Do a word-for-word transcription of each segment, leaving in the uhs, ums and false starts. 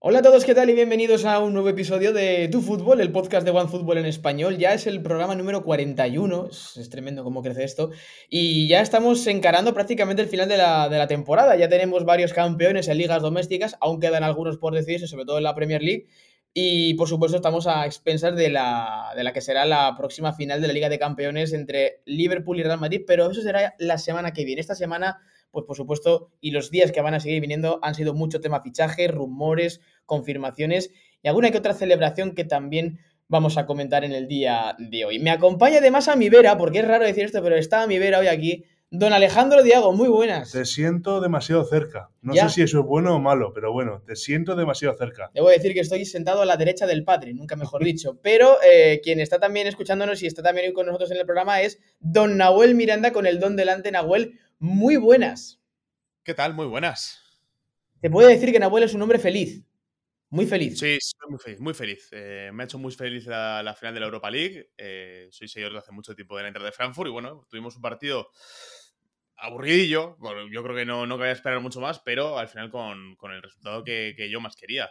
Hola a todos, ¿qué tal? Y bienvenidos a un nuevo episodio de Tu Fútbol, el podcast de OneFootball en español. Ya es el programa número cuarenta y uno, es, es tremendo cómo crece esto. Y ya estamos encarando prácticamente el final de la, de la temporada. Ya tenemos varios campeones en ligas domésticas, aún quedan algunos por decidirse, sobre todo en la Premier League. Y por supuesto estamos a expensas de la, de la que será la próxima final de la Liga de Campeones entre Liverpool y Real Madrid, pero eso será la semana que viene. Esta semana, pues por supuesto, y los días que van a seguir viniendo han sido mucho tema fichaje, rumores, confirmaciones y alguna que otra celebración que también vamos a comentar en el día de hoy. Me acompaña además a mi vera, porque es raro decir esto, pero está a mi vera hoy aquí, don Alejandro Diago, muy buenas. Te siento demasiado cerca. No Ya. sé si eso es bueno o malo, pero bueno, te siento demasiado cerca. Debo decir que estoy sentado a la derecha del Patri, nunca mejor dicho. Pero eh, quien está también escuchándonos y está también hoy con nosotros en el programa es don Nahuel Miranda con el don delante. Nahuel, muy buenas. ¿Qué tal? Muy buenas. Te puedo decir que Nahuel es un hombre feliz. Muy feliz. Sí, soy muy feliz. Muy feliz. Eh, me ha hecho muy feliz la, la final de la Europa League. Eh, soy seguidor de hace mucho tiempo de la Inter de Frankfurt y bueno, tuvimos un partido aburridillo. Bueno, yo creo que no, no cabía esperar mucho más, pero al final con, con el resultado que, que yo más quería.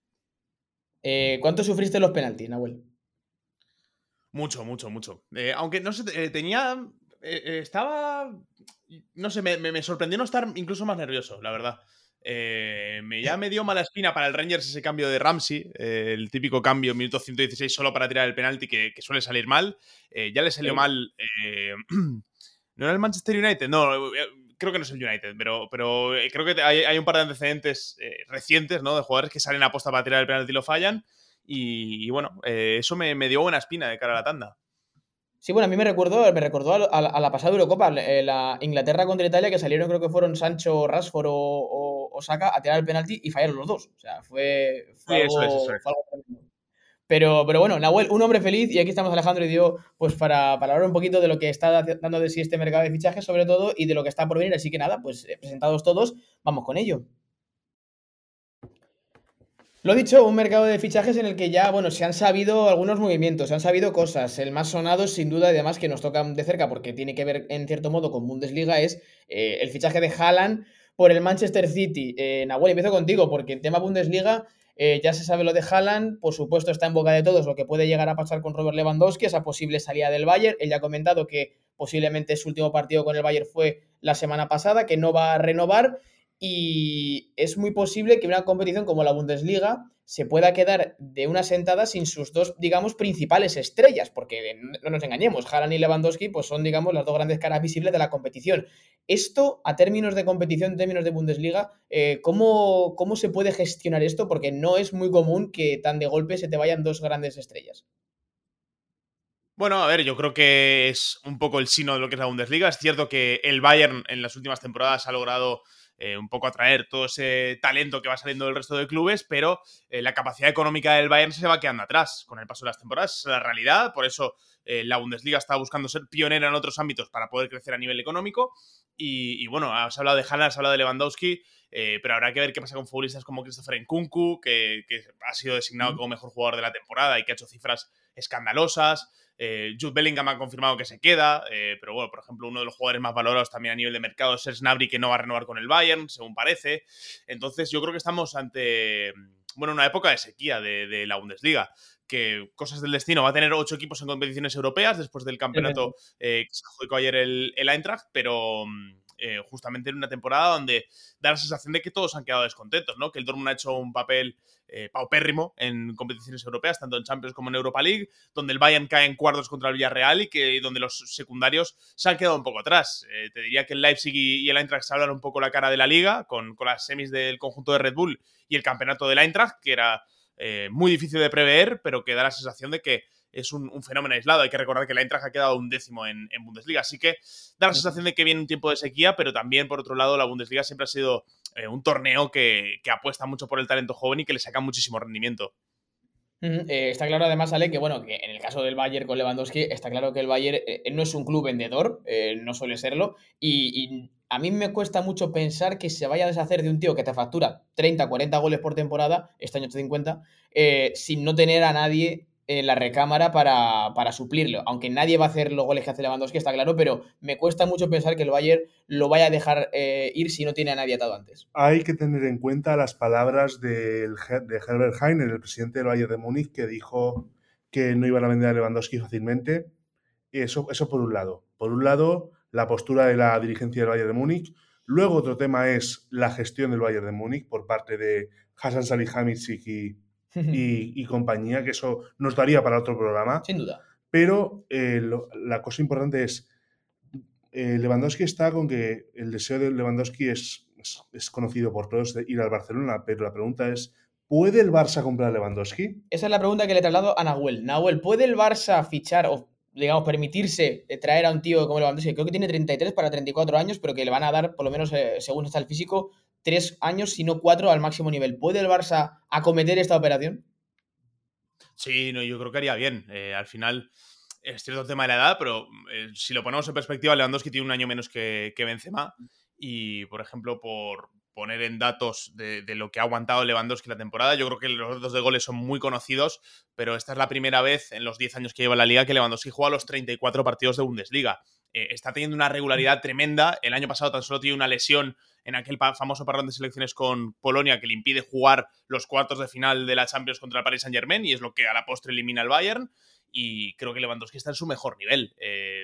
Eh, ¿Cuánto sufriste en los penaltis, Nahuel? Mucho, mucho, mucho. Eh, aunque no sé, eh, tenía. Eh, eh, estaba. No sé, me, me, me sorprendió no estar incluso más nervioso, la verdad. Eh, me, ya me dio mala espina para el Rangers ese cambio de Ramsey, eh, el típico cambio en minuto ciento dieciséis solo para tirar el penalti que, que suele salir mal. Eh, ya le salió Sí. mal. Eh, ¿No era el Manchester United? No, eh, creo que no es el United, pero, pero eh, creo que hay, hay un par de antecedentes eh, recientes, ¿no? De jugadores que salen a posta para tirar el penalti y lo fallan. Y, y bueno, eh, eso me, me dio buena espina de cara a la tanda. Sí, bueno, a mí me recordó, me recordó a, a, a la pasada Eurocopa, eh, la Inglaterra contra Italia, que salieron, creo que fueron Sancho, Rashford o, o, o Saka a tirar el penalti y fallaron los dos. O sea, fue, fue, Sí, eso es, eso algo, es. fue algo tremendo. Pero, pero bueno, Nahuel, un hombre feliz, y aquí estamos Alejandro y yo, pues para, para hablar un poquito de lo que está dando de sí este mercado de fichajes, sobre todo, y de lo que está por venir. Así que nada, pues eh, presentados todos, vamos con ello. Lo dicho, un mercado de fichajes en el que ya, bueno, se han sabido algunos movimientos, se han sabido cosas. El más sonado, sin duda, y además que nos toca de cerca porque tiene que ver, en cierto modo, con Bundesliga, es eh, el fichaje de Haaland por el Manchester City. Eh, Nahuel, empiezo contigo, porque en tema Bundesliga eh, ya se sabe lo de Haaland, por supuesto está en boca de todos lo que puede llegar a pasar con Robert Lewandowski, esa posible salida del Bayern. Él ya ha comentado que posiblemente su último partido con el Bayern fue la semana pasada, que no va a renovar. Y es muy posible que una competición como la Bundesliga se pueda quedar de una sentada sin sus dos, digamos, principales estrellas, porque no nos engañemos, Haaland y Lewandowski pues son, digamos, las dos grandes caras visibles de la competición. Esto, a términos de competición, en términos de Bundesliga, eh, ¿cómo, ¿cómo se puede gestionar esto? Porque no es muy común que tan de golpe se te vayan dos grandes estrellas. Bueno, a ver, yo creo que es un poco el sino de lo que es la Bundesliga. Es cierto que el Bayern en las últimas temporadas ha logrado eh, un poco atraer todo ese talento que va saliendo del resto de clubes, pero eh, la capacidad económica del Bayern se va quedando atrás con el paso de las temporadas. Esa es la realidad, por eso eh, la Bundesliga está buscando ser pionera en otros ámbitos para poder crecer a nivel económico. Y, y bueno, has hablado de Haaland, has hablado de Lewandowski, eh, pero habrá que ver qué pasa con futbolistas como Christopher Nkunku, que, que ha sido designado como mejor jugador de la temporada y que ha hecho cifras escandalosas. Eh, Jude Bellingham ha confirmado que se queda, eh, pero bueno, por ejemplo, uno de los jugadores más valorados también a nivel de mercado es Serge Gnabry, que no va a renovar con el Bayern, según parece. Entonces yo creo que estamos ante, bueno, una época de sequía de, de la Bundesliga, que cosas del destino, va a tener ocho equipos en competiciones europeas después del campeonato eh, que se adjudicó ayer el, el Eintracht, pero eh, justamente en una temporada donde da la sensación de que todos han quedado descontentos, ¿no? Que el Dortmund ha hecho un papel eh, paupérrimo en competiciones europeas, tanto en Champions como en Europa League, donde el Bayern cae en cuartos contra el Villarreal y que donde los secundarios se han quedado un poco atrás. Eh, te diría que el Leipzig y, y el Eintracht se hablan un poco la cara de la liga, con, con las semis del conjunto de Red Bull y el campeonato del Eintracht, que era eh, muy difícil de prever, pero que da la sensación de que es un, un fenómeno aislado. Hay que recordar que el Eintracht ha quedado un décimo en, en Bundesliga, así que da la sensación de que viene un tiempo de sequía, pero también, por otro lado, la Bundesliga siempre ha sido eh, un torneo que, que apuesta mucho por el talento joven y que le saca muchísimo rendimiento. Uh-huh. Eh, está claro además, Ale, que bueno, que en el caso del Bayern con Lewandowski, está claro que el Bayern eh, no es un club vendedor, eh, no suele serlo, y, y a mí me cuesta mucho pensar que se vaya a deshacer de un tío que te factura treinta, cuarenta goles por temporada, este año cincuenta, eh, sin no tener a nadie en la recámara para, para suplirlo. Aunque nadie va a hacer los goles que hace Lewandowski, está claro, pero me cuesta mucho pensar que el Bayern lo vaya a dejar eh, ir si no tiene a nadie atado antes. Hay que tener en cuenta las palabras del, de Herbert Hainer, el presidente del Bayern de Múnich, que dijo que no iban a vender a Lewandowski fácilmente. Eso, eso por un lado. Por un lado, la postura de la dirigencia del Bayern de Múnich. Luego otro tema es la gestión del Bayern de Múnich por parte de Hasan Salihamidzic y, y, y compañía, que eso nos daría para otro programa. Sin duda. Pero eh, lo, la cosa importante es, eh, Lewandowski está con que el deseo de Lewandowski es, es, es conocido por todos de ir al Barcelona, pero la pregunta es, ¿puede el Barça comprar a Lewandowski? Esa es la pregunta que le traslado a Nahuel. Nahuel, ¿puede el Barça fichar o, digamos, permitirse traer a un tío como Lewandowski? Creo que tiene treinta y tres para treinta y cuatro años, pero que le van a dar, por lo menos eh, según está el físico, tres años, si no cuatro, al máximo nivel. ¿Puede el Barça acometer esta operación? Sí, no, yo creo que haría bien. Eh, al final es cierto el tema de la edad, pero eh, si lo ponemos en perspectiva, Lewandowski tiene un año menos que, que Benzema y, por ejemplo, por poner en datos de, de lo que ha aguantado Lewandowski la temporada, yo creo que los datos de goles son muy conocidos, pero esta es la primera vez en los diez años que lleva la liga que Lewandowski juega los treinta y cuatro partidos de Bundesliga. Eh, está teniendo una regularidad tremenda. El año pasado tan solo tiene una lesión en aquel famoso parón de selecciones con Polonia que le impide jugar los cuartos de final de la Champions contra el Paris Saint-Germain y es lo que a la postre elimina al Bayern. Y creo que Lewandowski está en su mejor nivel. Eh,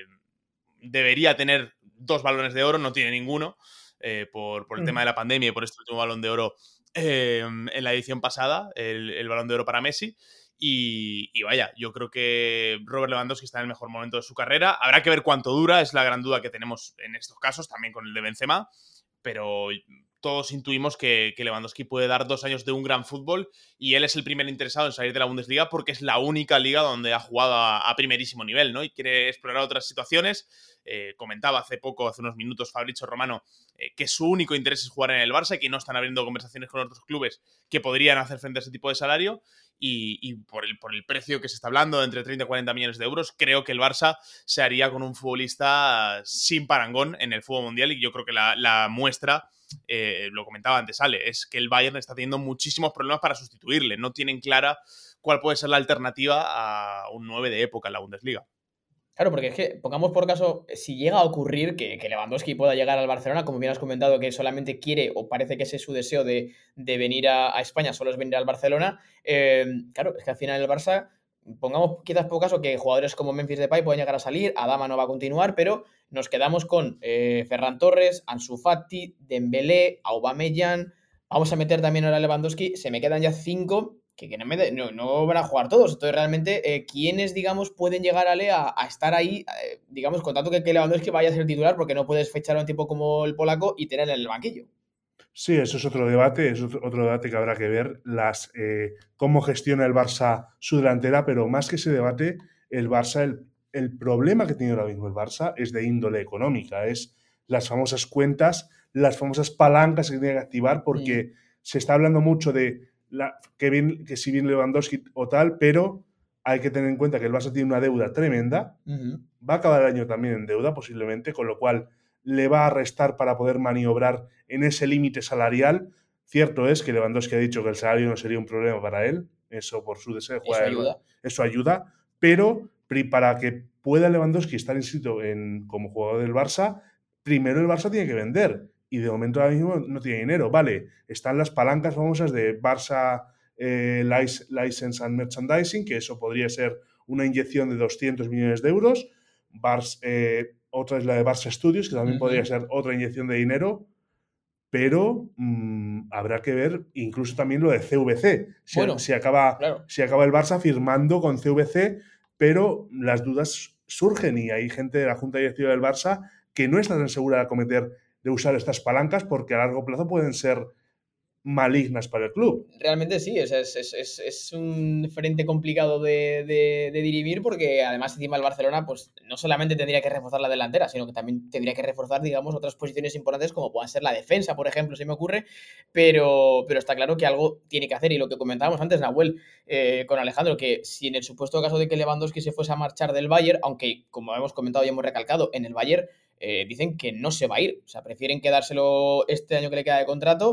debería tener dos balones de oro, no tiene ninguno, eh, por, por el mm. tema de la pandemia y por este último balón de oro eh, en la edición pasada, el, el balón de oro para Messi. Y, y vaya, yo creo que Robert Lewandowski está en el mejor momento de su carrera. Habrá que ver cuánto dura, es la gran duda que tenemos en estos casos, también con el de Benzema, pero todos intuimos que, que Lewandowski puede dar dos años de un gran fútbol y él es el primer interesado en salir de la Bundesliga porque es la única liga donde ha jugado a, a primerísimo nivel, ¿no? Y quiere explorar otras situaciones. Eh, comentaba hace poco, hace unos minutos, Fabrizio Romano, eh, que su único interés es jugar en el Barça y que no están abriendo conversaciones con otros clubes que podrían hacer frente a ese tipo de salario. Y, y por, el, por el precio que se está hablando, entre treinta y cuarenta millones de euros, creo que el Barça se haría con un futbolista sin parangón en el fútbol mundial y yo creo que la, la muestra, eh, lo comentaba antes Ale, es que el Bayern está teniendo muchísimos problemas para sustituirle. No tienen clara cuál puede ser la alternativa a un nueve de época en la Bundesliga. Claro, porque es que, pongamos por caso, si llega a ocurrir que, que Lewandowski pueda llegar al Barcelona, como bien has comentado, que solamente quiere, o parece que ese es su deseo de, de venir a, a España, solo es venir al Barcelona, eh, claro, es que al final el Barça, pongamos quizás por caso que jugadores como Memphis Depay pueden llegar a salir, Adama no va a continuar, pero nos quedamos con eh, Ferran Torres, Ansu Fati, Dembélé, Aubameyang, vamos a meter también ahora a Lewandowski, se me quedan ya cinco... que, que no, me de, no, no van a jugar todos. Entonces, realmente, eh, ¿quiénes, digamos, pueden llegar Ale, a, a estar ahí, eh, digamos, con tanto que, que Lewandowski vaya a ser titular porque no puedes fechar a un tipo como el polaco y tener en el banquillo? Sí, eso es otro debate, es otro, otro debate que habrá que ver, las eh, cómo gestiona el Barça su delantera, pero más que ese debate, el Barça, el, el problema que tiene ahora mismo el Barça es de índole económica, es las famosas cuentas, las famosas palancas que tiene que activar, porque mm. se está hablando mucho de La, que, bien, que si bien Lewandowski o tal, pero hay que tener en cuenta que el Barça tiene una deuda tremenda, uh-huh. va a acabar el año también en deuda posiblemente, con lo cual le va a restar para poder maniobrar en ese límite salarial. Cierto es que Lewandowski ha dicho que el salario no sería un problema para él, eso por su deseo de jugar, eso ayuda, eso ayuda pero para que pueda Lewandowski estar inscrito en, como jugador del Barça, primero el Barça tiene que vender. Y de momento ahora mismo no tiene dinero. Vale, están las palancas famosas de Barça eh, License and Merchandising, que eso podría ser una inyección de doscientos millones de euros. Barça, eh, otra es la de Barça Studios, que también uh-huh. podría ser otra inyección de dinero. Pero mmm, habrá que ver incluso también lo de C V C. Si, bueno, si, acaba, claro. si acaba el Barça firmando con C V C, pero las dudas surgen y hay gente de la Junta Directiva del Barça que no está tan segura de acometer de usar estas palancas porque a largo plazo pueden ser malignas para el club. Realmente sí, es, es, es, es un frente complicado de, de, de dirimir porque además encima el Barcelona pues no solamente tendría que reforzar la delantera, sino que también tendría que reforzar, digamos, otras posiciones importantes como puedan ser la defensa, por ejemplo, se me ocurre, pero, pero está claro que algo tiene que hacer y lo que comentábamos antes, Nahuel, eh, con Alejandro, que si en el supuesto caso de que Lewandowski se fuese a marchar del Bayern, aunque como hemos comentado y hemos recalcado, en el Bayern Eh, dicen que no se va a ir, o sea, prefieren quedárselo este año que le queda de contrato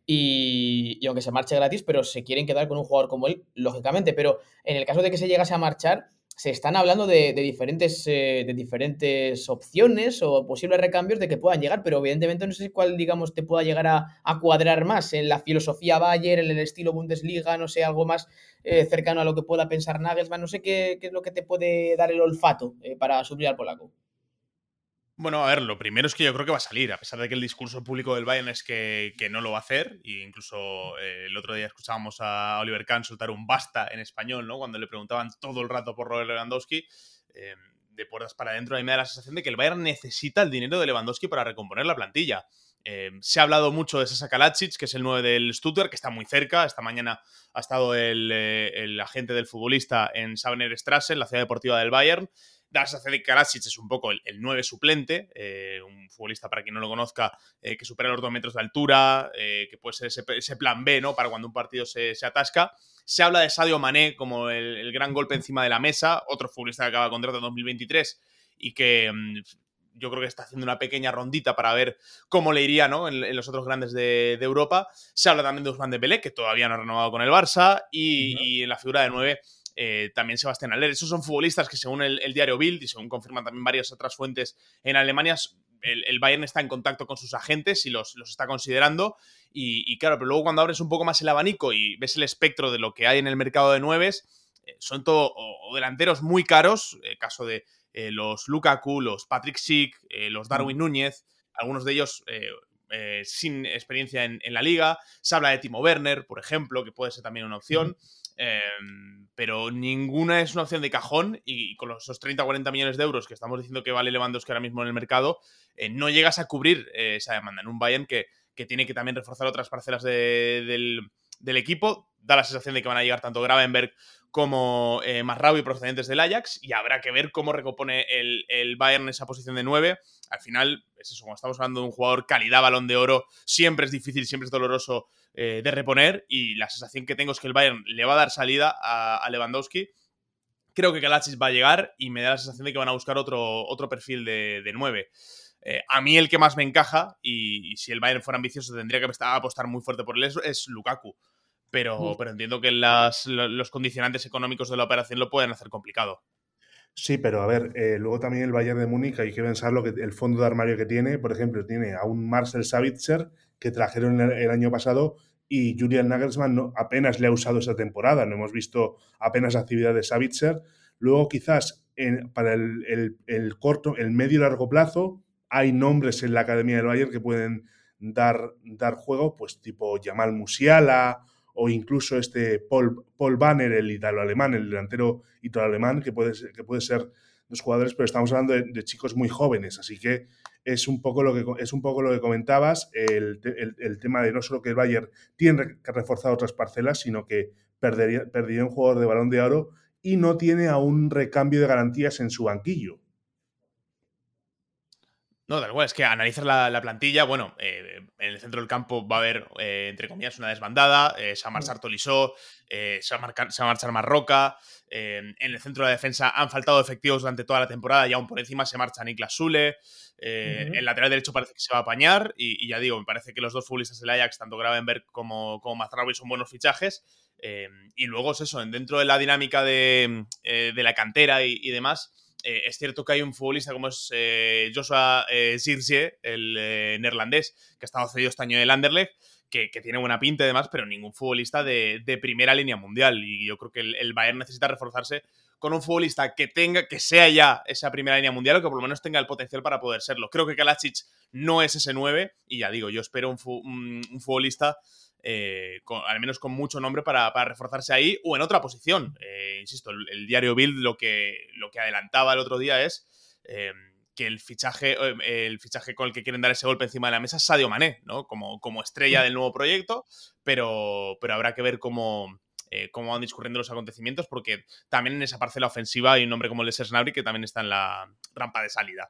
y, y aunque se marche gratis, pero se quieren quedar con un jugador como él, lógicamente. Pero en el caso de que se llegase a marchar, se están hablando de, de diferentes, eh, de diferentes opciones o posibles recambios de que puedan llegar, pero evidentemente no sé cuál, digamos, te pueda llegar a, a cuadrar más en la filosofía Bayern, en el estilo Bundesliga, no sé, algo más eh, cercano a lo que pueda pensar Nagelsmann, no sé qué, qué es lo que te puede dar el olfato eh, para subir al polaco. Bueno, a ver, lo primero es que yo creo que va a salir, a pesar de que el discurso público del Bayern es que, que no lo va a hacer, e incluso eh, el otro día escuchábamos a Oliver Kahn soltar un basta en español, ¿no? Cuando le preguntaban todo el rato por Robert Lewandowski, eh, de puertas para adentro, a mí me da la sensación de que el Bayern necesita el dinero de Lewandowski para recomponer la plantilla. Eh, se ha hablado mucho de Sasa Kalajic, que es el nueve del Stuttgart, que está muy cerca. Esta mañana ha estado el, eh, el agente del futbolista en Sabener Strasse, en la ciudad deportiva del Bayern. Da la sensación de que Kalajic es un poco el, el nueve suplente, eh, un futbolista, para quien no lo conozca, eh, que supera los dos metros de altura, eh, que puede ser ese, ese plan B, ¿no? Para cuando un partido se, se atasca. Se habla de Sadio Mané como el, el gran golpe encima de la mesa, otro futbolista que acaba contrato en dos mil veintitrés y que mmm, yo creo que está haciendo una pequeña rondita para ver cómo le iría, ¿no? en, en los otros grandes de, de Europa. Se habla también de Ousmane Dembélé, que todavía no ha renovado con el Barça, y, uh-huh. y en la figura de nueve eh, también Sebastián Haller. Esos son futbolistas que, según el, el diario Bild y según confirman también varias otras fuentes en Alemania, el, el Bayern está en contacto con sus agentes y los, los está considerando. Y, y claro, pero luego cuando abres un poco más el abanico y ves el espectro de lo que hay en el mercado de nueves, eh, son todo o, o delanteros muy caros, eh, caso de eh, los Lukaku, los Patrick Schick, eh, los Darwin mm. Núñez, algunos de ellos eh, eh, sin experiencia en, en la liga. Se habla de Timo Werner, por ejemplo, que puede ser también una opción. Mm. Eh, pero ninguna es una opción de cajón y, y con los, esos treinta o cuarenta millones de euros que estamos diciendo que vale Lewandowski ahora mismo en el mercado, eh, no llegas a cubrir eh, esa demanda en un Bayern que, que tiene que también reforzar otras parcelas de, del, del equipo. Da la sensación de que van a llegar tanto Gravenberg como eh, Mazraoui procedentes del Ajax, y habrá que ver cómo recompone el, el Bayern esa posición de nueve. Al final, es eso, como estamos hablando de un jugador calidad Balón de Oro, siempre es difícil, siempre es doloroso eh, de reponer, y la sensación que tengo es que el Bayern le va a dar salida a, a Lewandowski. Creo que Kalajic va a llegar y me da la sensación de que van a buscar otro, otro perfil de, de nueve. Eh, a mí el que más me encaja, y, y si el Bayern fuera ambicioso tendría que apostar muy fuerte por él, es, es Lukaku. Pero, pero entiendo que las, los condicionantes económicos de la operación lo pueden hacer complicado. Sí, pero a ver, eh, luego también el Bayern de Múnich hay que pensar lo que el fondo de armario que tiene. Por ejemplo, tiene a un Marcel Sabitzer que trajeron el, el año pasado y Julian Nagelsmann no, apenas le ha usado esa temporada. No hemos visto apenas actividad de Sabitzer. Luego quizás en, para el, el, el corto, el medio y largo plazo hay nombres en la academia del Bayern que pueden dar, dar juego, pues tipo Jamal Musiala o incluso este Paul, Paul Banner, el italo-alemán, el delantero italo-alemán, que puede, ser, que puede ser dos jugadores, pero estamos hablando de, de chicos muy jóvenes, así que es un poco lo que, es un poco lo que comentabas, el, el, el tema de no solo que el Bayern tiene que reforzar otras parcelas, sino que perdería, perdería un jugador de Balón de Oro y no tiene a un recambio de garantías en su banquillo. No, tal cual, es que analizas la, la plantilla, bueno, eh, en el centro del campo va a haber, eh, entre comillas, una desbandada, eh, se va a marchar Tolisso, eh, se, va a marcar, se va a marchar Marroca, eh, en el centro de la defensa han faltado efectivos durante toda la temporada y aún por encima se marcha Niklas Sule, eh, uh-huh. El lateral derecho parece que se va a apañar y, y ya digo, me parece que los dos futbolistas del Ajax, tanto Gravenberg como, como Mazraoui, son buenos fichajes, eh, y luego es eso, dentro de la dinámica de, eh, de la cantera y, y demás. Eh, es cierto que hay un futbolista como es eh, Joshua eh, Zirkzee, el eh, neerlandés, que ha estado cedido este año del Anderlecht, que, que tiene buena pinta y demás, pero ningún futbolista de, de primera línea mundial. Y yo creo que el, el Bayern necesita reforzarse con un futbolista que tenga, que sea ya esa primera línea mundial o que por lo menos tenga el potencial para poder serlo. Creo que Kalajic no es ese nueve y ya digo, yo espero un, un, un futbolista Eh, con, al menos con mucho nombre para, para reforzarse ahí o en otra posición. Eh, insisto, el, el diario Bild lo que, lo que adelantaba el otro día es eh, que el fichaje, eh, el fichaje con el que quieren dar ese golpe encima de la mesa es Sadio Mané, ¿no? Como, como estrella del nuevo proyecto, pero, pero habrá que ver cómo, eh, cómo van discurriendo los acontecimientos, porque también en esa parcela ofensiva hay un nombre como el de Ser Gnabry que también está en la rampa de salida.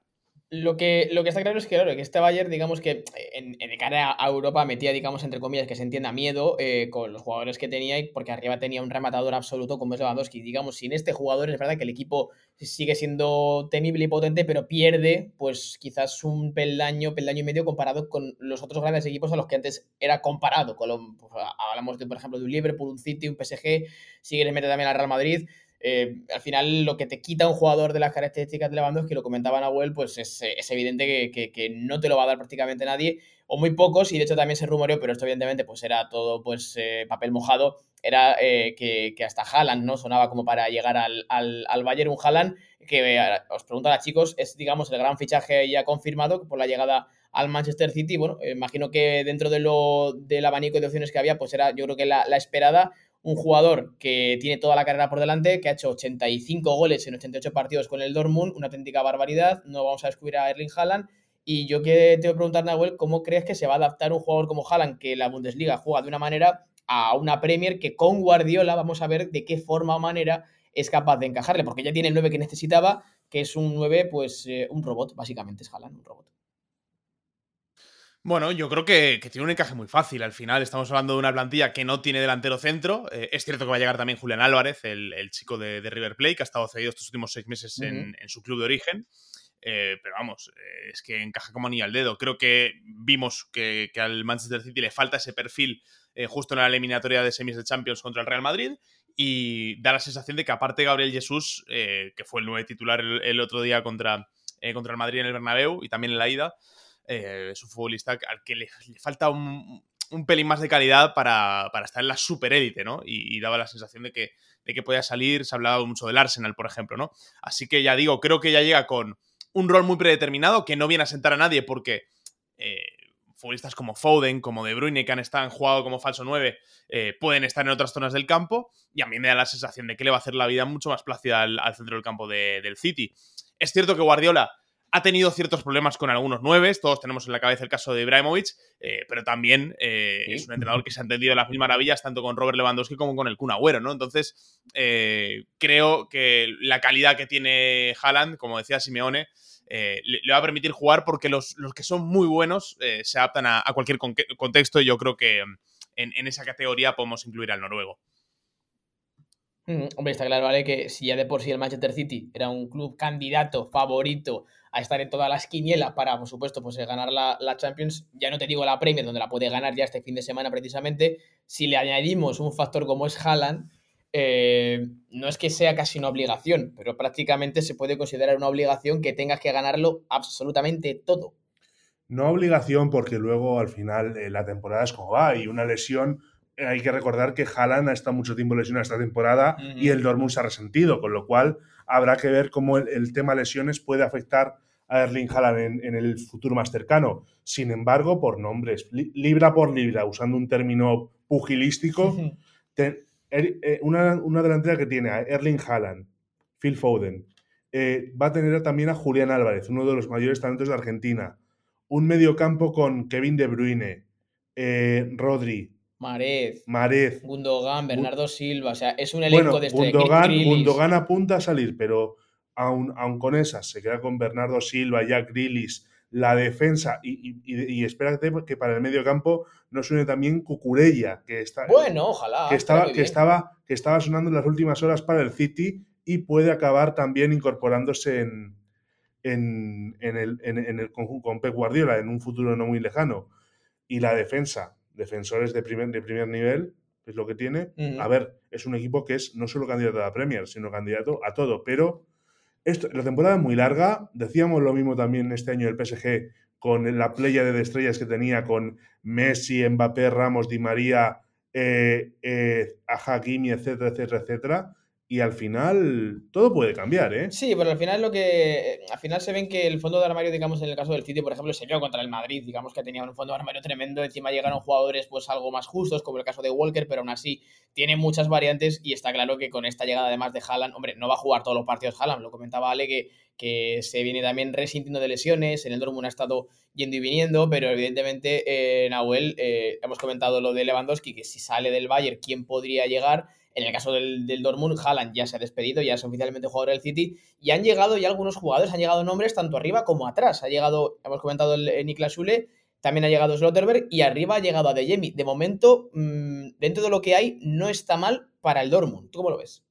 Lo que, lo que está claro es que, claro, que este Bayern, digamos que en, en cara a Europa metía, digamos, entre comillas, que se entienda miedo eh, con los jugadores que tenía, y porque arriba tenía un rematador absoluto como es Lewandowski. Digamos, sin este jugador es verdad que el equipo sigue siendo temible y potente, pero pierde, pues quizás un peldaño, peldaño y medio comparado con los otros grandes equipos a los que antes era comparado. Con lo, pues, hablamos, de, por ejemplo, de un Liverpool, un City, un P S G, si quieres meter también al Real Madrid. Eh, al final lo que te quita un jugador de las características de Lewandowski, que lo comentaba Nahuel, pues es, es evidente que, que, que, no te lo va a dar prácticamente nadie, o muy pocos, y de hecho también se rumoreó, pero esto evidentemente pues era todo pues eh, papel mojado, era eh, que, que hasta Haaland, ¿no? Sonaba como para llegar al, al, al Bayern, un Haaland que, eh, os pregunto a chicos, es digamos el gran fichaje ya confirmado por la llegada al Manchester City. Bueno, eh, imagino que dentro de lo, del abanico de opciones que había, pues era yo creo que la, la esperada. Un jugador que tiene toda la carrera por delante, que ha hecho ochenta y cinco goles en ochenta y ocho partidos con el Dortmund, una auténtica barbaridad. No vamos a descubrir a Erling Haaland. Y yo que te voy a preguntar, Nahuel, ¿cómo crees que se va a adaptar un jugador como Haaland, que la Bundesliga juega de una manera, a una Premier que con Guardiola vamos a ver de qué forma o manera es capaz de encajarle? Porque ya tiene el nueve que necesitaba, que es un nueve, pues eh, un robot, básicamente es Haaland, un robot. Bueno, yo creo que, que tiene un encaje muy fácil. Al final estamos hablando de una plantilla que no tiene delantero centro. Eh, es cierto que va a llegar también Julián Álvarez, el, el chico de, de River Plate, que ha estado cedido estos últimos seis meses en, Uh-huh. en su club de origen. Eh, pero vamos, eh, es que encaja como anillo al dedo. Creo que vimos que, que al Manchester City le falta ese perfil eh, justo en la eliminatoria de semis de Champions contra el Real Madrid, y da la sensación de que aparte Gabriel Jesús, eh, que fue el nueve titular el, el otro día contra, eh, contra el Madrid en el Bernabéu y también en la ida, eh, es un futbolista al que le, le falta un, un pelín más de calidad para, para estar en la superélite, ¿no? Y, y daba la sensación de que, de que podía salir. Se hablaba mucho del Arsenal, por ejemplo, ¿no? Así que ya digo, creo que ya llega con un rol muy predeterminado que no viene a sentar a nadie, porque eh, futbolistas como Foden, como De Bruyne, que han estado en jugado como falso nueve, eh, pueden estar en otras zonas del campo, y a mí me da la sensación de que le va a hacer la vida mucho más plácida al, al centro del campo de, del City. Es cierto que Guardiola ha tenido ciertos problemas con algunos nueves, todos tenemos en la cabeza el caso de Ibrahimovic, eh, pero también eh, ¿Sí? es un entrenador que se ha entendido las mil maravillas tanto con Robert Lewandowski como con el Kun Agüero, ¿no? Entonces, eh, creo que la calidad que tiene Haaland, como decía Simeone, eh, le, le va a permitir jugar, porque los, los que son muy buenos eh, se adaptan a, a cualquier con contexto, y yo creo que en, en esa categoría podemos incluir al noruego. Mm, hombre, está claro, ¿vale? Que si ya de por sí el Manchester City era un club candidato, favorito a estar en todas las quinielas para, por supuesto, pues ganar la, la Champions, ya no te digo la Premier, donde la puede ganar ya este fin de semana precisamente, si le añadimos un factor como es Haaland, eh, no es que sea casi una obligación, pero prácticamente se puede considerar una obligación que tengas que ganarlo absolutamente todo. No obligación, porque luego al final eh, la temporada es como va, y una lesión, eh, hay que recordar que Haaland ha estado mucho tiempo lesionado esta temporada, uh-huh. y el Dortmund se ha resentido, con lo cual habrá que ver cómo el, el tema lesiones puede afectar a Erling Haaland en, en el futuro más cercano. Sin embargo, por nombres, li, libra por libra, usando un término pugilístico, uh-huh. te, er, eh, una, una delantera que tiene a Erling Haaland, Phil Foden, eh, va a tener también a Julián Álvarez, uno de los mayores talentos de Argentina, un mediocampo con Kevin De Bruyne, eh, Rodri, Marez, Marez, Gundogan, Bernardo Silva, o sea, es un elenco bueno, de este Gundogan, Gundogan apunta a salir, pero aún, aún con esas se queda con Bernardo Silva, Jack Grealish, la defensa, y, y, y, y espérate que para el mediocampo no suene también Cucurella, que está, bueno, ojalá, que estaba, que estaba, que estaba sonando en las últimas horas para el City, y puede acabar también incorporándose en En, en, el, en, en el conjunto con Pep Guardiola en un futuro no muy lejano. Y la defensa, defensores de primer, de primer nivel, que es lo que tiene. Uh-huh. A ver, es un equipo que es no solo candidato a la Premier, sino candidato a todo. Pero esto, la temporada es muy larga. Decíamos lo mismo también este año el P S G, con la playa de estrellas que tenía, con Messi, Mbappé, Ramos, Di María, eh, eh, Hakimi, etcétera, etcétera, etcétera. Y al final todo puede cambiar, ¿eh? Sí, pero al final lo que al final se ven que el fondo de armario, digamos, en el caso del City, por ejemplo, se vio contra el Madrid, digamos que tenía un fondo de armario tremendo, encima llegaron jugadores pues algo más justos, como el caso de Walker, pero aún así tiene muchas variantes, y está claro que con esta llegada además de Haaland, hombre, no va a jugar todos los partidos Haaland, lo comentaba Ale, que, que se viene también resintiendo de lesiones, en el Dortmund ha estado yendo y viniendo, pero evidentemente, eh, Nahuel, eh, hemos comentado lo de Lewandowski, que si sale del Bayern, ¿quién podría llegar? En el caso del, del Dortmund, Haaland ya se ha despedido, ya es oficialmente jugador del City, y han llegado ya algunos jugadores, han llegado nombres tanto arriba como atrás. Ha llegado, hemos comentado el, el Niklas Süle, también ha llegado Slotterberg y arriba ha llegado Adeyemi. De momento, mmm, dentro de lo que hay, no está mal para el Dortmund. ¿Tú cómo lo ves?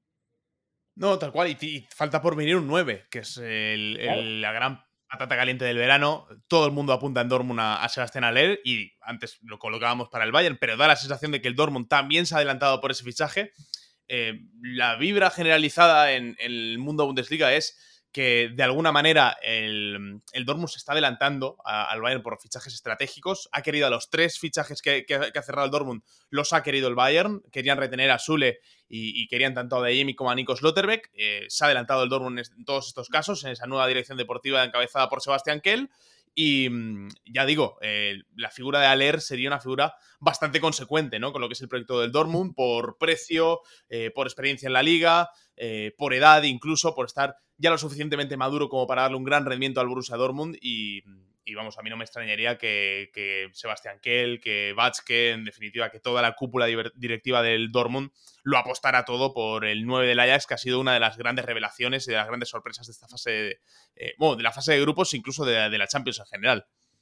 No, tal cual. Y, y falta por venir un nueve, que es el, Claro. el, la gran patata caliente del verano. Todo el mundo apunta en Dortmund a, a Sebastián Haller y antes lo colocábamos para el Bayern, pero da la sensación de que el Dortmund también se ha adelantado por ese fichaje. Eh, la vibra generalizada en, en el mundo Bundesliga es que de alguna manera el, el Dortmund se está adelantando a, al Bayern por fichajes estratégicos. Ha querido a los tres fichajes que, que, que ha cerrado el Dortmund, los ha querido el Bayern. Querían retener a Süle y, y querían tanto a Adeyemi como a Nico Slotterbeck. Eh, se ha adelantado el Dortmund en todos estos casos, en esa nueva dirección deportiva encabezada por Sebastian Kehl. Y ya digo, eh, la figura de Haller sería una figura bastante consecuente, ¿no? Con lo que es el proyecto del Dortmund, por precio, eh, por experiencia en la liga, eh, por edad incluso, por estar ya lo suficientemente maduro como para darle un gran rendimiento al Borussia Dortmund. Y, y vamos, a mí no me extrañaría que, que Sebastian Kehl, que Watzke, en definitiva, que toda la cúpula directiva del Dortmund lo apostara todo por el nueve del Ajax, que ha sido una de las grandes revelaciones y de las grandes sorpresas de esta fase, de, eh, bueno, de la fase de grupos, incluso de, de la Champions en general.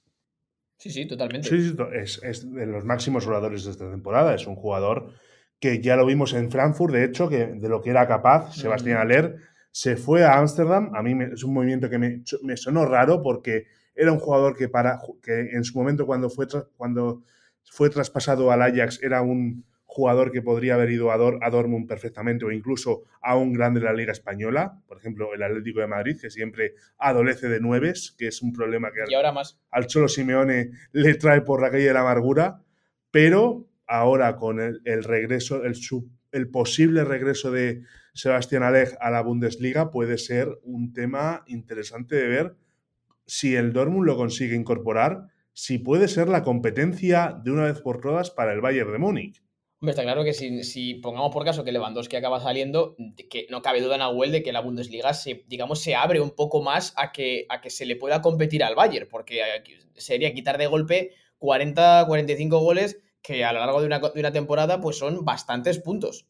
Sí, sí, totalmente. Sí, sí, es, es de los máximos jugadores de esta temporada. Es un jugador que ya lo vimos en Frankfurt, de hecho, que de lo que era capaz, mm-hmm. Sebastián Haller se fue a Ámsterdam. A mí me, es un movimiento que me, me sonó raro porque era un jugador que, para, que en su momento cuando fue, tra, cuando fue traspasado al Ajax era un jugador que podría haber ido a, Dor, a Dortmund perfectamente o incluso a un grande de la Liga Española, por ejemplo el Atlético de Madrid, que siempre adolece de nueves, que es un problema que y ahora más. al Cholo Simeone le trae por la calle de la amargura, pero ahora con el, el regreso, el, sub, el posible regreso de Sebastián Haller a la Bundesliga puede ser un tema interesante de ver si el Dortmund lo consigue incorporar, si puede ser la competencia de una vez por todas para el Bayern de Múnich. Hombre, está claro que si, si pongamos por caso que Lewandowski acaba saliendo, que no cabe duda, Nahuel, de que la Bundesliga se, digamos, se abre un poco más a que, a que se le pueda competir al Bayern, porque sería quitar de golpe cuarenta, cuarenta y cinco goles que a lo largo de una, de una temporada pues son bastantes puntos.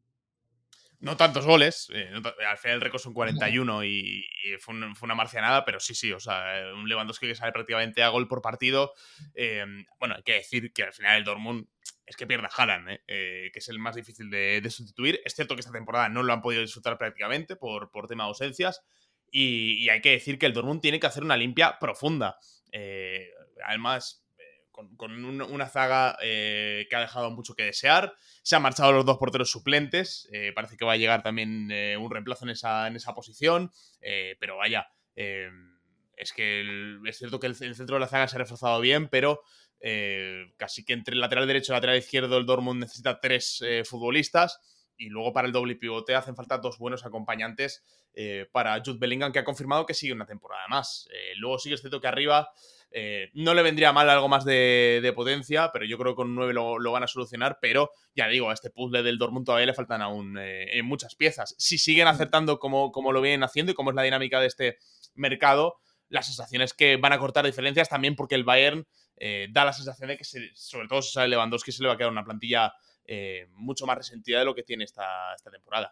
No tantos goles, eh, no al final el récord son cuarenta y uno y, y fue, un, fue una marcianada, pero sí, sí, o sea, un Lewandowski que sale prácticamente a gol por partido. Eh, bueno, hay que decir que al final el Dortmund es que pierde a Haaland, ¿eh? Eh, que es el más difícil de, de sustituir. Es cierto que esta temporada no lo han podido disfrutar prácticamente por, por tema de ausencias y, y hay que decir que el Dortmund tiene que hacer una limpia profunda. Eh, además... Con, con un, una zaga eh, que ha dejado mucho que desear. Se han marchado los dos porteros suplentes. Eh, parece que va a llegar también eh, un reemplazo en esa, en esa posición. Eh, pero vaya, eh, es que el, es cierto que el, el centro de la zaga se ha reforzado bien, pero eh, casi que entre el lateral derecho y el lateral izquierdo el Dortmund necesita tres eh, futbolistas. Y luego para el doble pivote hacen falta dos buenos acompañantes eh, para Jude Bellingham, que ha confirmado que sigue una temporada más. Eh, luego sí que es cierto que arriba eh, no le vendría mal algo más de, de potencia, pero yo creo que con un nueve lo, lo van a solucionar. Pero ya digo, a este puzzle del Dortmund todavía le faltan aún eh, muchas piezas. Si siguen acertando como, como lo vienen haciendo y como es la dinámica de este mercado, la sensación es que van a cortar diferencias también porque el Bayern eh, da la sensación de que, se, sobre todo si sale Lewandowski, se le va a quedar una plantilla Eh, mucho más resentida de lo que tiene esta, esta temporada.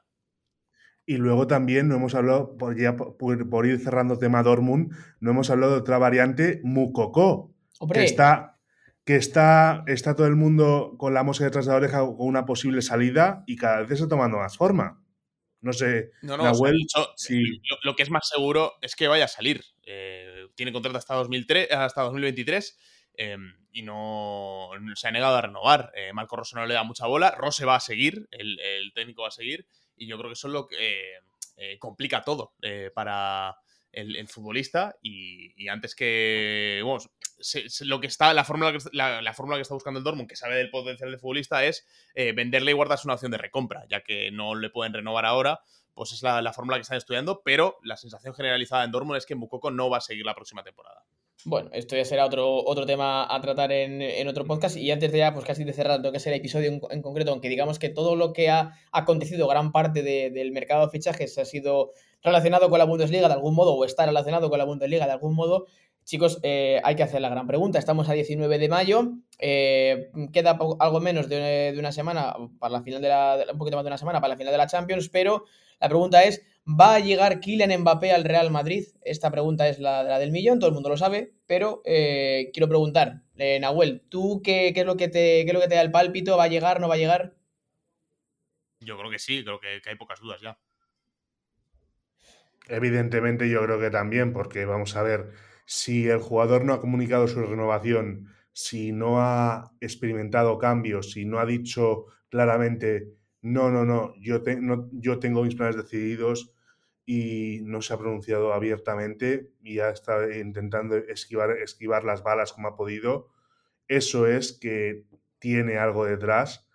Y luego también no hemos hablado, por, ya, por, por ir cerrando tema Dortmund, no hemos hablado de otra variante, Moukoko, que está, que está, está todo el mundo con la mosca detrás de la oreja con una posible salida y cada vez está tomando más forma. No sé, no, no, Nahuel, o sea, dicho, sí. lo, lo que es más seguro es que vaya a salir. Eh, tiene contrato hasta, dos mil tres, hasta dos mil veintitrés eh, y no se ha negado a renovar. Eh, Marco Rose no le da mucha bola. Rose va a seguir, el, el técnico va a seguir, y yo creo que eso es lo que eh, eh, complica todo eh, para el, el futbolista. Y, y antes que. Bueno, se, se, lo que está, la fórmula que, la, la fórmula que está buscando el Dortmund, que sabe del potencial del futbolista, es eh, venderle y guardarse una opción de recompra, ya que no le pueden renovar ahora. Pues es la, la fórmula que están estudiando, pero la sensación generalizada en Dortmund es que Moukoko no va a seguir la próxima temporada. Bueno, esto ya será otro, otro tema a tratar en, en otro podcast. Y antes de ya, pues casi de cerrar lo que es el episodio en, en concreto, aunque digamos que todo lo que ha acontecido, gran parte de- del mercado de fichajes ha sido relacionado con la Bundesliga de algún modo, o está relacionado con la Bundesliga de algún modo. Chicos, eh, hay que hacer la gran pregunta. Estamos a diecinueve de mayo, eh, queda po- algo menos de, de una semana para la final de la, de- un poquito más de una semana para la final de la Champions, pero la pregunta es: ¿va a llegar Kylian Mbappé al Real Madrid? Esta pregunta es la, la del millón, todo el mundo lo sabe, pero eh, quiero preguntar, eh, Nahuel, ¿tú qué, qué es lo que te, qué es lo que te da el pálpito? ¿Va a llegar, no va a llegar? Yo creo que sí, creo que, que hay pocas dudas ya. Evidentemente yo creo que también, porque vamos a ver, si el jugador no ha comunicado su renovación, si no ha experimentado cambios, si no ha dicho claramente, no, no, no, yo, te- no, yo tengo mis planes decididos y no se ha pronunciado abiertamente y ha estado intentando esquivar, esquivar las balas como ha podido, eso es que tiene algo detrás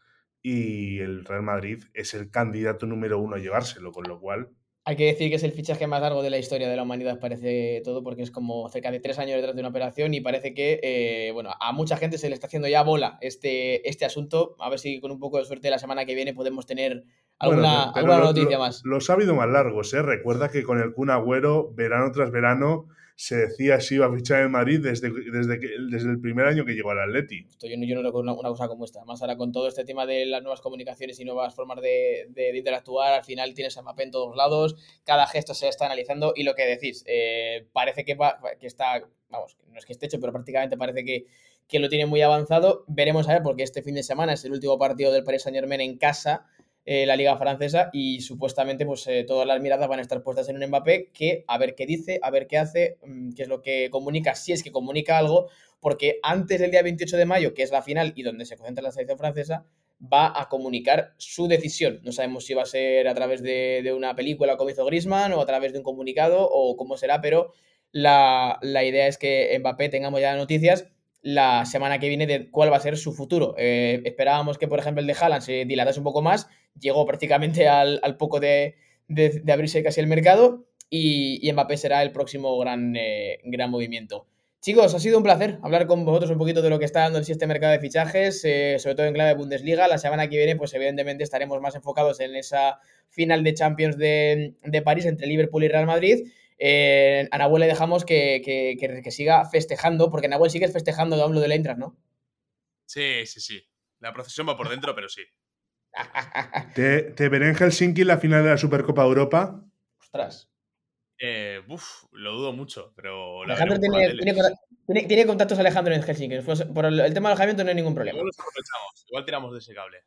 y el Real Madrid es el candidato número uno a llevárselo, con lo cual... Hay que decir que es el fichaje más largo de la historia de la humanidad, parece todo, porque es como cerca de tres años detrás de una operación y parece que, eh, bueno, a mucha gente se le está haciendo ya bola este, este asunto. A ver si con un poco de suerte la semana que viene podemos tener Bueno, alguna, pe- pero alguna lo- noticia lo- más. los ha habido más largos, ¿eh? Recuerda que con el Kun Agüero, verano tras verano, se decía si iba a fichar en Madrid desde, desde, que- desde el primer año que llegó al Atleti. Esto yo no, yo no recuerdo una, una cosa como esta. Más ahora con todo este tema de las nuevas comunicaciones y nuevas formas de, de- de interactuar, al final tienes a Mbappé en todos lados, cada gesto se está analizando y lo que decís, eh, parece que, va- que está, vamos, no es que esté hecho, pero prácticamente parece que, que lo tiene muy avanzado. Veremos a ver, porque este fin de semana es el último partido del Paris Saint-Germain en casa, eh, la Liga Francesa, y supuestamente pues eh, todas las miradas van a estar puestas en un Mbappé que a ver qué dice, a ver qué hace, mm, qué es lo que comunica, si es que comunica algo, porque antes del día veintiocho de mayo, que es la final y donde se concentra la selección francesa, va a comunicar su decisión. No sabemos si va a ser a través de, de una película como hizo Griezmann o a través de un comunicado o cómo será, pero la, la idea es que Mbappé tengamos ya noticias la semana que viene de cuál va a ser su futuro. Eh, esperábamos que, por ejemplo, el de Haaland se dilatase un poco más, llegó prácticamente al, al poco de, de, de, abrirse casi el mercado y, y Mbappé será el próximo gran, eh, gran movimiento. Chicos, ha sido un placer hablar con vosotros un poquito de lo que está dando en sí este mercado de fichajes, eh, sobre todo en clave de Bundesliga. La semana que viene, pues evidentemente estaremos más enfocados en esa final de Champions de, de París entre Liverpool y Real Madrid. Eh, a Nahuel le dejamos que, que, que, que siga festejando, porque Nahuel sigues festejando de hablo del Eintracht, ¿no? Sí, sí, sí. La procesión va por dentro, pero sí. ¿Te, te veré en Helsinki en la final de la Supercopa Europa? Ostras. Eh, uf, lo dudo mucho, pero la Alejandro veremos por la tiene, tele. tiene, tiene, tiene contactos Alejandro en Helsinki. Pues por el, el tema del alojamiento no hay ningún problema. Igual nos aprovechamos, igual tiramos de ese cable.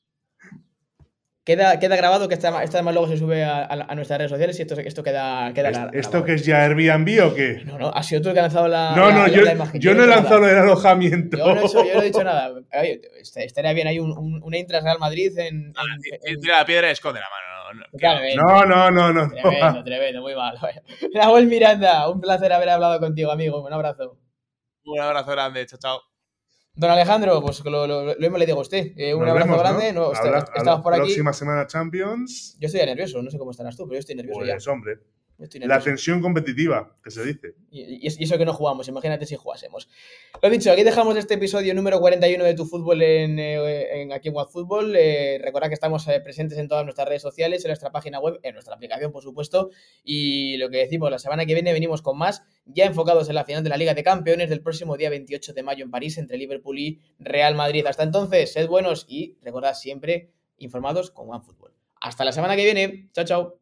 Queda, queda grabado, que esta, esta además luego se sube a, a, a nuestras redes sociales y esto, esto queda, queda grabado. ¿Esto que es ya Airbnb o qué? No, no, ha sido tú el que ha lanzado la. No, la, no, la, yo, la imagen. yo no he lanzado el alojamiento. Yo no, he hecho, yo no he dicho nada. Oye, estaría bien ahí un, un, un Eintracht Real Madrid en. Ah, en, en... Tira la piedra y esconde la mano. No, Tremendo, no, no, no, no. Tremendo, tremendo, muy mal. Nahuel Miranda, un placer haber hablado contigo, amigo. Un abrazo. Un abrazo grande, chao, chao. Don Alejandro, pues lo, lo, lo mismo le digo a usted. Eh, un Nos abrazo vemos, grande. ¿no? No, Habla, está, estamos por aquí. Próxima semana Champions. Yo estoy nervioso, no sé cómo estarás tú, pero yo estoy nervioso Pues, ya. hombre. Estoy la tensión competitiva, que se dice. Y, y, eso que no jugamos, imagínate si jugásemos. Lo dicho, aquí dejamos este episodio número cuarenta y uno de Tu Fútbol en, eh, en aquí en WhatFootball. Eh, recordad que estamos eh, presentes en todas nuestras redes sociales, en nuestra página web, en nuestra aplicación, por supuesto. Y lo que decimos, la semana que viene venimos con más, ya enfocados en la final de la Liga de Campeones del próximo día veintiocho de mayo en París, entre Liverpool y Real Madrid. Hasta entonces, sed buenos y recordad siempre informados con OneFootball. Hasta la semana que viene. Chao, chao.